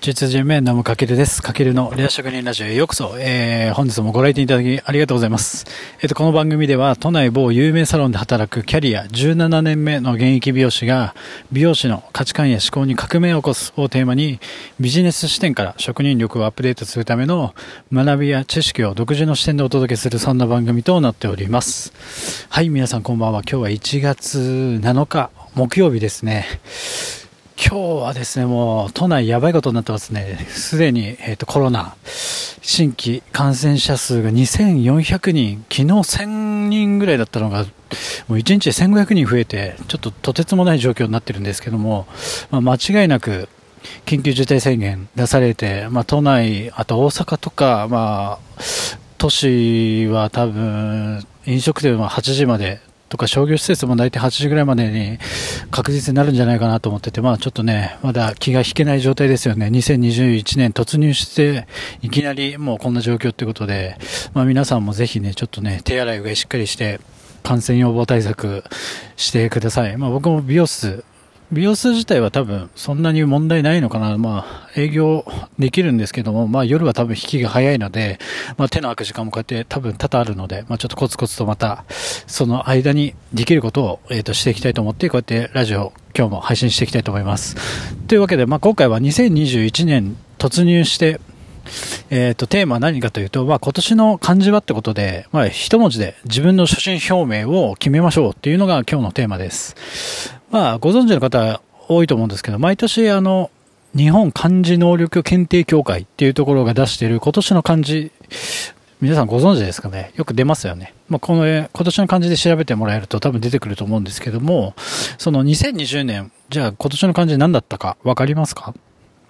実人名のむかけるです。かけるのレア職人ラジオへようこそ。本日もご来店いただきありがとうございます。この番組では都内某有名サロンで働くキャリア17年目の現役美容師が美容師の価値観や思考に革命を起こすをテーマにビジネス視点から職人力をアップデートするための学びや知識を独自の視点でお届けするそんな番組となっております。はい、皆さんこんばんは。今日は1月7日木曜日ですね。今日はですね、もう都内やばいことになってますね。すでに、コロナ新規感染者数が2400人、昨日1000人ぐらいだったのがもう1日で1500人増えて、ちょっととてつもない状況になってるんですけども、間違いなく緊急事態宣言出されて、都内、あと大阪とか、都市は多分飲食店は8時までとか商業施設も大体8時ぐらいまでに確実になるんじゃないかなと思ってて、ちょっとね、まだ気が引けない状態ですよね。2021年突入していきなりもうこんな状況ということで、皆さんもぜひね、ちょっとね、手洗いうがいしっかりして感染予防対策してください。僕も美容室自体は多分そんなに問題ないのかな。営業できるんですけども、夜は多分引きが早いので、手の空く時間もこうやって多分多々あるので、ちょっとコツコツとまたその間にできることを、していきたいと思って、こうやってラジオ今日も配信していきたいと思います。というわけで、今回は2021年突入して、テーマは何かというと、今年の漢字はってことで、一文字で自分の初心表明を決めましょうっていうのが今日のテーマです。ご存知の方多いと思うんですけど、毎年日本漢字能力検定協会っていうところが出している今年の漢字、皆さんご存知ですかね。よく出ますよね。今年の漢字で調べてもらえると多分出てくると思うんですけども、その2020年、じゃあ今年の漢字何だったかわかりますか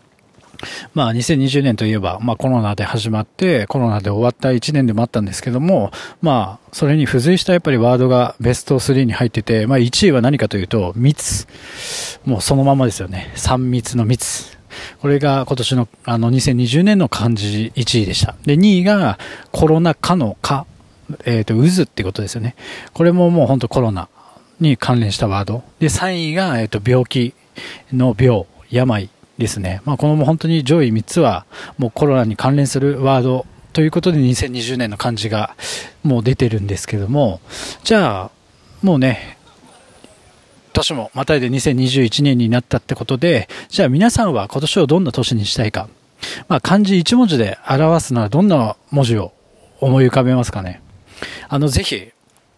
？2020年といえば、コロナで始まって、コロナで終わった1年でもあったんですけども、それに付随したやっぱりワードがベスト3に入ってて、1位は何かというと、密。もうそのままですよね。3密の密。これが今年の2020年の漢字1位でした。で、2位がコロナ禍の禍。渦ってことですよね。これももう本当コロナに関連したワード。で、3位が、病気の病、病。ですね。このもう本当に上位3つはもうコロナに関連するワードということで2020年の漢字がもう出てるんですけども、じゃあもうね、年もまたいで2021年になったってことで、じゃあ皆さんは今年をどんな年にしたいか。漢字1文字で表すのはどんな文字を思い浮かべますかね。ぜひ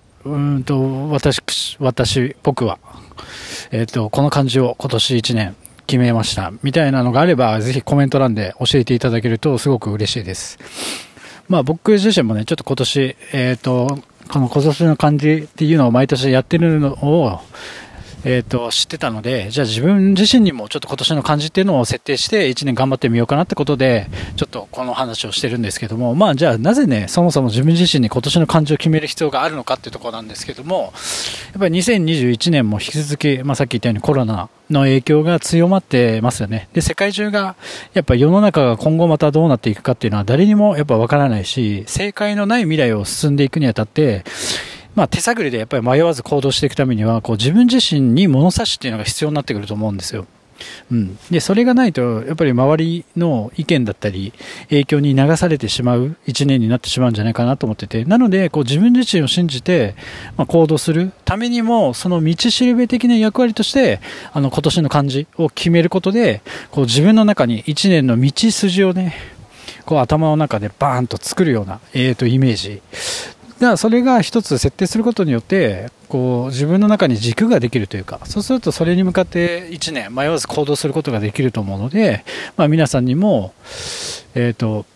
僕はこの漢字を今年1年決めましたみたいなのがあれば、ぜひコメント欄で教えていただけるとすごく嬉しいです。僕自身もね、ちょっと今年この今年の漢字っていうのを毎年やってるのを知ってたので、じゃあ自分自身にもちょっと今年の漢字っていうのを設定して1年頑張ってみようかなってことで、ちょっとこの話をしてるんですけども、じゃあなぜね、そもそも自分自身に今年の漢字を決める必要があるのかっていうところなんですけども、やっぱり2021年も引き続き、さっき言ったようにコロナの影響が強まってますよね。で、世界中がやっぱ世の中が今後またどうなっていくかっていうのは誰にもやっぱわからないし、正解のない未来を進んでいくにあたって手探りでやっぱり迷わず行動していくためには、自分自身に物差しっていうのが必要になってくると思うんですよ。で、それがないとやっぱり周りの意見だったり影響に流されてしまう一年になってしまうんじゃないかなと思ってて、なので自分自身を信じて行動するためにも、その道しるべ的な役割として今年の漢字を決めることで、自分の中に一年の道筋をね、頭の中でバーンと作るようなイメージ。それが一つ設定することによって自分の中に軸ができるというか、そうするとそれに向かって1年迷わず行動することができると思うので、皆さんにも、ぜ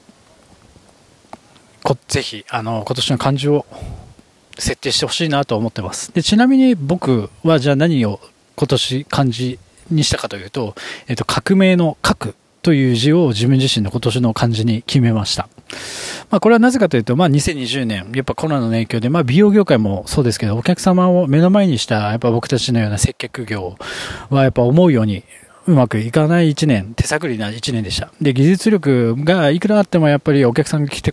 ひ今年の漢字を設定してほしいなと思ってます。で、ちなみに僕はじゃあ何を今年漢字にしたかというと、革命の革という字を自分自身の今年の漢字に決めました。これはなぜかというと、2020年、やっぱコロナの影響で、美容業界もそうですけど、お客様を目の前にした、やっぱ僕たちのような接客業は、やっぱ思うようにうまくいかない1年、手探りな1年でした。で、技術力がいくらあっても、やっぱりお客さんが来て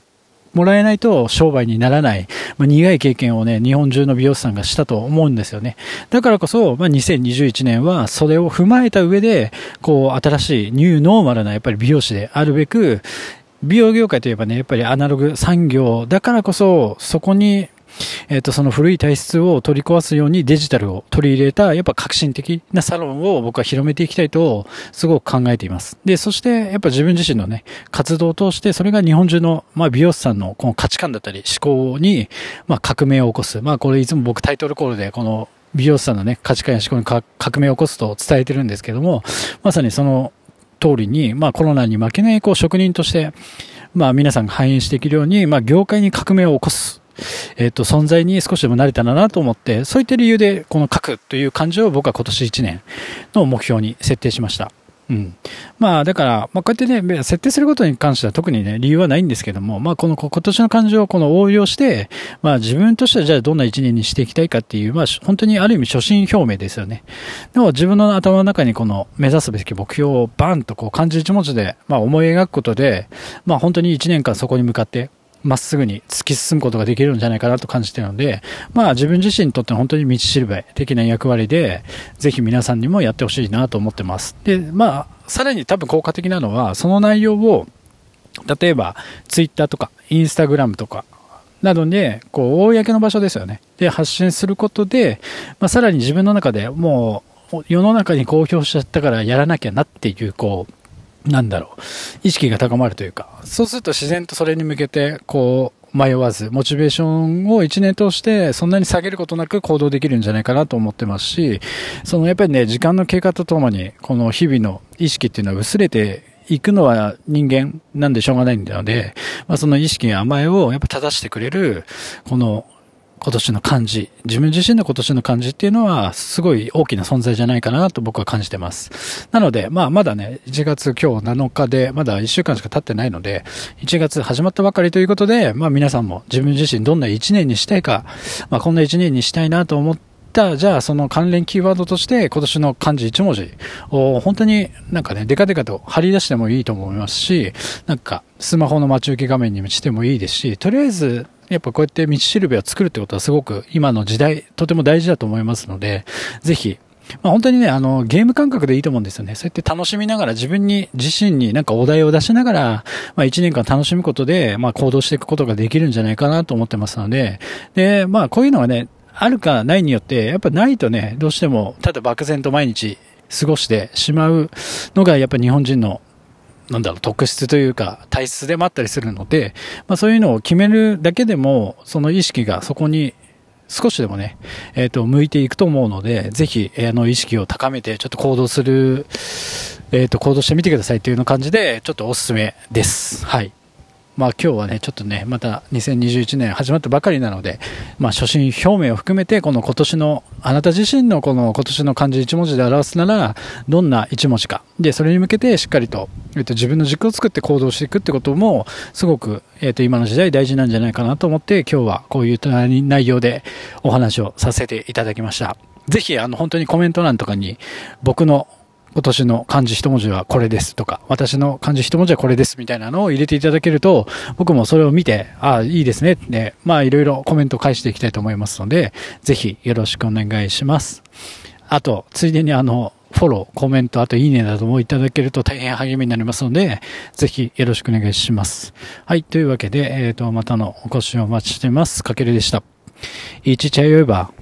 もらえないと商売にならない、苦い経験をね、日本中の美容師さんがしたと思うんですよね。だからこそ、2021年はそれを踏まえた上で、新しいニューノーマルなやっぱり美容師であるべく、美容業界といえばね、やっぱりアナログ産業だからこそ、そこにその古い体質を取り壊すようにデジタルを取り入れた、やっぱ革新的なサロンを僕は広めていきたいと、すごく考えています。で、そして、やっぱ自分自身のね、活動を通して、それが日本中の、美容師さんのこの価値観だったり思考に、革命を起こす。これいつも僕タイトルコールで、この美容師さんのね、価値観や思考に革命を起こすと伝えてるんですけども、まさにその通りに、コロナに負けない、職人として、皆さんが反映していけるように、業界に革命を起こす。存在に少しでも慣れたらなと思って、そういった理由で、この書くという漢字を僕は今年1年の目標に設定しました。だから、こうやってね、設定することに関しては特にね、理由はないんですけども、この今年の漢字を応用して、自分としてはじゃあどんな1年にしていきたいかっていう、本当にある意味初心表明ですよね。でも自分の頭の中にこの目指すべき目標をバンと漢字一文字で、思い描くことで、本当に1年間そこに向かって、まっすぐに突き進むことができるんじゃないかなと感じているので、自分自身にとっての本当に道しるべ的な役割で、ぜひ皆さんにもやってほしいなと思ってます。で、さらに多分効果的なのは、その内容を、例えば、ツイッターとか、インスタグラムとか、などで、公の場所ですよね。で、発信することで、さらに自分の中でもう、世の中に公表しちゃったからやらなきゃなっていう、意識が高まるというか、そうすると自然とそれに向けて、迷わず、モチベーションを1年通してそんなに下げることなく行動できるんじゃないかなと思ってますし、やっぱりね、時間の経過とともに、この日々の意識っていうのは薄れていくのは人間なんでしょうがないので、その意識や甘えをやっぱ正してくれる、今年の漢字、自分自身の今年の漢字っていうのはすごい大きな存在じゃないかなと僕は感じてます。なので、まだね、1月今日7日でまだ1週間しか経ってないので、1月始まったばかりということで、皆さんも自分自身どんな1年にしたいか、こんな1年にしたいなと思って、じゃあその関連キーワードとして今年の漢字1文字を本当にデカデカと張り出してもいいと思いますし、スマホの待ち受け画面にしてもいいですし、とりあえずやっぱこうやって道しるべを作るってことはすごく今の時代とても大事だと思いますので、ぜひ本当にね、ゲーム感覚でいいと思うんですよね。そうやって楽しみながら自身にお題を出しながら、1年間楽しむことで、行動していくことができるんじゃないかなと思ってますので、で、こういうのはね、あるかないによって、やっぱないとね、どうしても、ただ漠然と毎日過ごしてしまうのが、やっぱ日本人の、特質というか、体質でもあったりするので、そういうのを決めるだけでも、その意識がそこに少しでもね、向いていくと思うので、ぜひ、意識を高めて、ちょっと行動してみてくださいというような感じで、ちょっとおすすめです。はい。今日はね、ちょっとね、また2021年始まったばかりなので、初心表明を含めて、この今年の、あなた自身のこの今年の漢字1文字で表すなら、どんな1文字か。で、それに向けてしっかりと、自分の軸を作って行動していくってことも、すごく、今の時代大事なんじゃないかなと思って、今日はこういう内容でお話をさせていただきました。ぜひ、本当にコメント欄とかに、僕の今年の漢字一文字はこれですとか、私の漢字一文字はこれですみたいなのを入れていただけると、僕もそれを見て、いいですねって、いろいろコメントを返していきたいと思いますので、ぜひよろしくお願いします。あと、ついでにフォロー、コメント、あといいねなどもいただけると大変励みになりますので、ぜひよろしくお願いします。はい、というわけで、またのお越しをお待ちしています。かけるでした。いちちゃよいば。